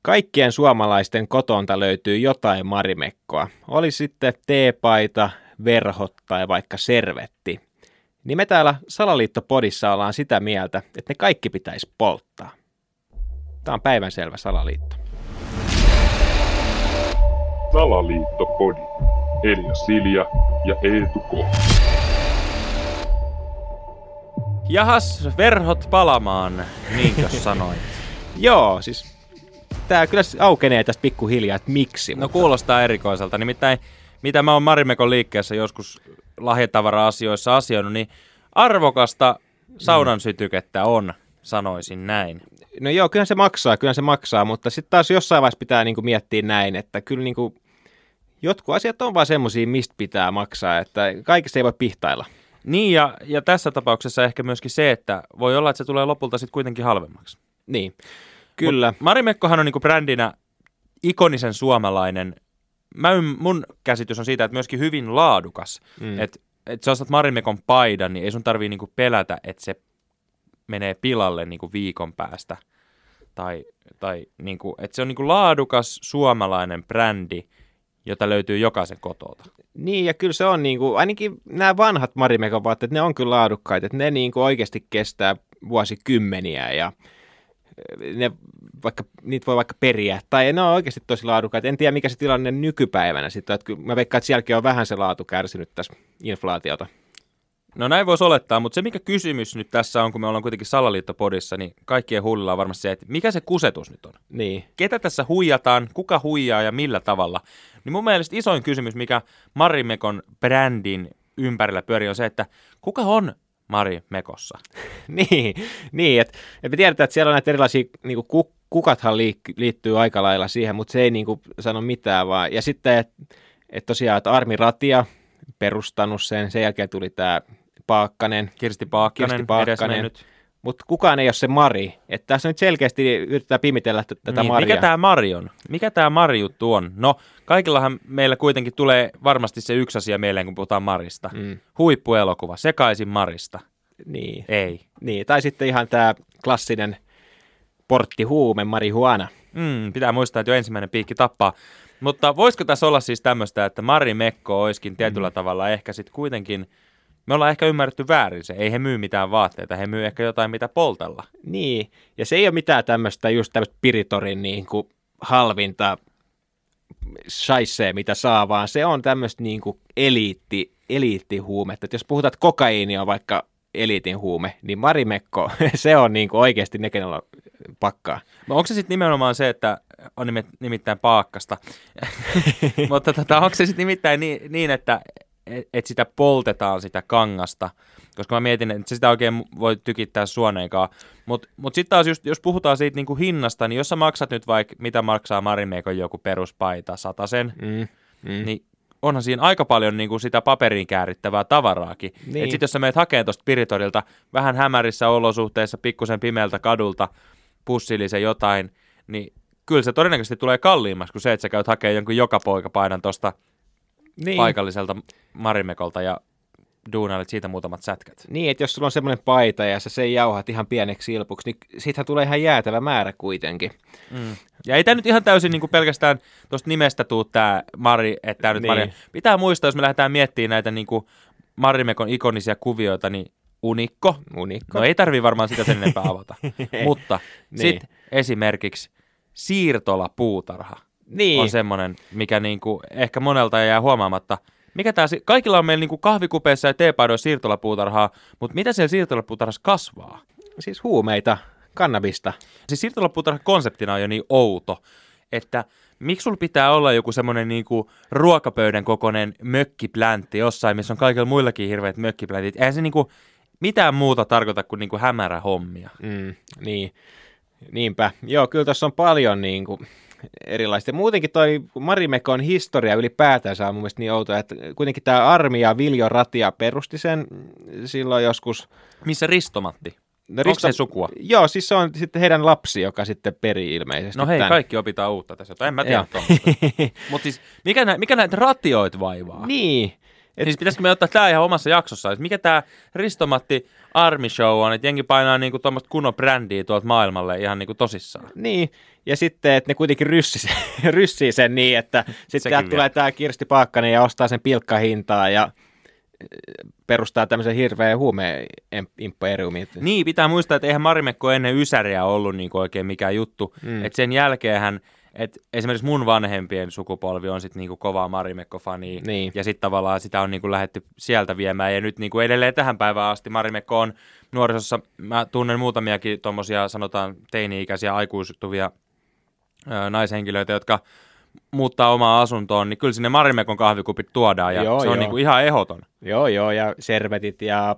Kaikkien suomalaisten kotonta löytyy jotain Marimekkoa. Oli sitten teepaita, verhot tai vaikka servetti. Niin me täällä Salaliitto-podissa ollaan sitä mieltä, että ne kaikki pitäisi polttaa. Tämä on päivänselvä salaliitto. Salaliitto-podi. Elia Silja ja Eetu K. Jahas, verhot palamaan, niinkö sanoit? Joo, siis tämä kyllä aukenee tästä pikkuhiljaa, että miksi. No kuulostaa erikoiselta. Nimittäin, mitä mä oon Marimekon liikkeessä joskus lahjatavara-asioissa asioinut, niin arvokasta saunan sytykettä on, sanoisin näin. No joo, kyllä se maksaa, mutta sitten taas jossain vaiheessa pitää niinku miettiä näin, että kyllä niinku jotkut asiat on vaan semmoisia, mistä pitää maksaa, että kaikista ei voi pihtailla. Niin, ja tässä tapauksessa ehkä myöskin se, että voi olla, että se tulee lopulta sitten kuitenkin halvemmaksi. Niin, kyllä. Marimekkohan on niinku brändinä ikonisen suomalainen. Mun käsitys on siitä, että myöskin hyvin laadukas. Että sä ostat Marimekon paidan, niin ei sun tarvii niinku pelätä, että se menee pilalle niinku viikon päästä. Tai niinku, että se on niinku laadukas suomalainen brändi, jota löytyy jokaisen kotolta. Niin, ja kyllä se on niinku, ainakin nämä vanhat Marimekon vaatteet, ne on kyllä laadukkaita, että ne niinku oikeasti kestää vuosikymmeniä ja niitä voi vaikka periä, tai ne on oikeasti tosi laadukkaita. En tiedä, mikä se tilanne nykypäivänä sitten, että mä veikkaan, että sielläkin on vähän se laatu kärsinyt tässä inflaatiota. No näin voisi olettaa, mutta se mikä kysymys nyt tässä on, kun me ollaan kuitenkin Salaliitto-podissa, niin kaikkien huulilla on varmasti se, että mikä se kusetus nyt on? Niin. Ketä tässä huijataan, kuka huijaa ja millä tavalla? Niin mun mielestä isoin kysymys, mikä Marimekon brändin ympärillä pyörii, on se, että kuka on Marimekossa? niin että me tiedetään, että siellä on näitä erilaisia, niin kuin kukathan liittyy aika lailla siihen, mutta se ei niin kuin sano mitään vaan. Ja sitten, että tosiaan, että Armi Ratia perustanut sen jälkeen tuli tämä Kirsti Paakkanen. Mutta kukaan ei ole se Mari. Että tässä nyt selkeästi yritetään pimitellä tätä niin, Maria. Mikä tämä Mari on? Mikä tämä Mari-juttu on? No, kaikillahan meillä kuitenkin tulee varmasti se yksi asia mieleen, kun puhutaan Marista. Huippuelokuva, Sekaisin Marista. Niin. Ei. Niin, tai sitten ihan tämä klassinen porttihuume, marihuana. Pitää muistaa, että jo ensimmäinen piikki tappaa. Mutta voisiko tässä olla siis tämmöistä, että Marimekko olisikin tietyllä tavalla ehkä sitten kuitenkin, me ollaan ehkä ymmärretty väärin se, ei he myy mitään vaatteita, he myy ehkä jotain mitä poltella. Niin, ja se ei ole mitään tämmöistä just tämmöistä Piritorin niin kuin halvinta shaisee, mitä saa, vaan se on tämmöistä niin kuin eliittihuumetta. Että jos puhutaan, että kokaiini on vaikka eliitin huume, niin Marimekko, se on niin kuin oikeasti ne, kenellä pakkaa. No onko se sitten nimenomaan se, että on nimittäin paakkasta, mutta onko se sitten nimittäin niin että sitä poltetaan sitä kangasta, koska mä mietin, että se sitä oikein voi tykittää suoneenkaan, mutta sitten taas jos puhutaan siitä niinku hinnasta, niin jos sä maksat nyt vaikka, mitä maksaa Marimekon joku peruspaita 100, niin onhan siinä aika paljon niinku sitä paperiin käärittävää tavaraakin. Niin. Sitten jos sä menet hakemaan tuosta Piritorilta vähän hämärissä olosuhteissa, pikkusen pimeältä kadulta, pussillisen jotain, niin kyllä se todennäköisesti tulee kalliimmaksi kuin se, että sä käyt hakemaan jonkun joka poikapaidan tuosta paikalliselta Marimekolta ja duunailet siitä muutamat sätkät. Niin, että jos sulla on semmoinen paita ja sä sen jauhat ihan pieneksi silpuksi, niin siitähän tulee ihan jäätävä määrä kuitenkin. Ja ei tämä nyt ihan täysin niin kuin pelkästään tuosta nimestä tuu tämä Mari, että tämä nyt Mari. Pitää muistaa, jos me lähdetään miettimään näitä niin kuin Marimekon ikonisia kuvioita, niin Unikko. No ei tarvii varmaan sitä sen enempää avata. Mutta sitten esimerkiksi siirtolapuutarha on semmoinen, mikä niinku ehkä monelta jää huomaamatta. Kaikilla on meillä niinku kahvikupeissa ja teepaidoissa siirtolapuutarhaa, mutta mitä siellä siirtolapuutarhassa kasvaa? Siis huumeita, kannabista. Siis siirtolapuutarha konseptina on jo niin outo, että miksi sulla pitää olla joku semmoinen niinku ruokapöydän kokoinen mökkipläntti jossain, missä on kaikilla muillakin hirveät mökkipläntit. Eihän se niinku mitään muuta tarkoita kuin niinku hämärä hommia. Niin, niinpä. Joo, kyllä tässä on paljon niinku erilaista. Muutenkin toi Marimekon historia ylipäätänsä on mun mielestä niin outoa, että kuitenkin tämä Armi ja Viljo Ratia perusti sen silloin joskus. Missä Risto-Matti? Onko se sukua? Joo, siis se on sitten heidän lapsi, joka sitten perii ilmeisesti. No hei, kaikki opitaan uutta tässä, en mä tiedä. Mutta siis mikä näitä ratioita vaivaa? Niin, Siis pitäisikö me ottaa tää ihan omassa jaksossa, että mikä tää Risto-Matti Army Show on, että jengi painaa niinku tuommoista kunnon brändiä tuolta maailmalle ihan niinku tosissaan. Niin, ja sitten, että ne kuitenkin ryssii sen niin, että sitten täältä tulee tää Kirsti Paakkanen ja ostaa sen pilkkahintaa ja perustaa tämmöisen hirveän huumeimperiumin. Niin, pitää muistaa, että eihän Marimekko ennen Ysäriä ollut niinku oikein mikään juttu. Että sen jälkeenhän, että esimerkiksi mun vanhempien sukupolvi on sitten niinku kovaa Marimekko-fania. Niin. Ja sitten tavallaan sitä on niinku lähdetty sieltä viemään. Ja nyt niinku edelleen tähän päivään asti Marimekko on nuorisossa, mä tunnen muutamiakin tommosia sanotaan teini-ikäisiä aikuistuvia naishenkilöitä, jotka muuttaa omaa asuntoon, niin kyllä sinne Marimekon kahvikupit tuodaan ja se on niinku ihan ehdoton. Joo, ja servetit ja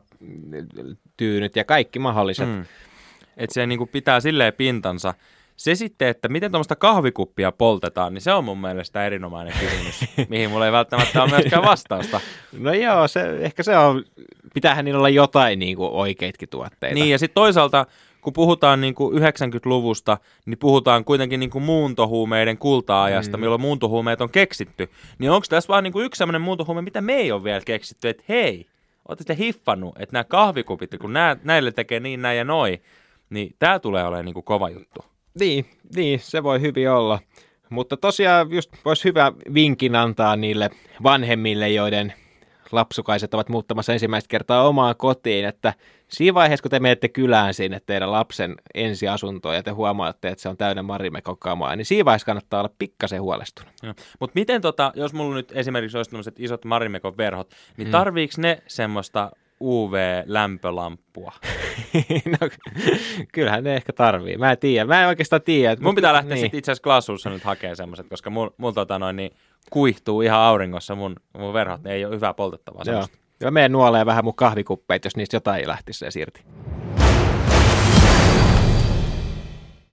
tyynyt ja kaikki mahdolliset. Että se niinku pitää silleen pintansa. Se sitten, että miten tuommoista kahvikuppia poltetaan, niin se on mun mielestä erinomainen kysymys, mihin mulla ei välttämättä ole myöskään vastausta. No joo, ehkä se on, pitäähän niillä olla jotain niinku oikeitkin tuotteita. Niin, ja sitten toisaalta, kun puhutaan niinku 90-luvusta, niin puhutaan kuitenkin niinku muuntohuumeiden kulta-ajasta, milloin muuntohuumeet on keksitty. Niin onko tässä vaan niinku yksi sellainen muuntohuume, mitä me ei ole vielä keksitty, että hei, ootte te hiffannut, että nämä kahvikupit, kun näille tekee niin, näin ja noin, niin tämä tulee olemaan niinku kova juttu. Niin, se voi hyvin olla. Mutta tosiaan just voisi hyvä vinkin antaa niille vanhemmille, joiden lapsukaiset ovat muuttamassa ensimmäistä kertaa omaan kotiin, että siinä vaiheessa, kun te menette kylään sinne teidän lapsen ensiasuntoon ja te huomaatte, että se on täynnä Marimekko-kamaa, niin siinä vaiheessa kannattaa olla pikkasen huolestunut. Mutta miten jos mulla nyt esimerkiksi olisi tämmöiset isot Marimekon verhot, niin tarviiko ne semmoista UV-lämpölamppua? No, kyllähän ne ehkä tarvii. Mä en oikeastaan tiedä. Mun pitää lähteä sitten itse asiassa Glasshousessa nyt hakemaan semmoiset, koska mulla niin kuihtuu ihan auringossa mun verhot. Ne ei ole hyvää poltettavaa semmoista. Joo, menen nuoleen vähän mun kahvikuppeita, jos niistä jotain lähtisi edes irti.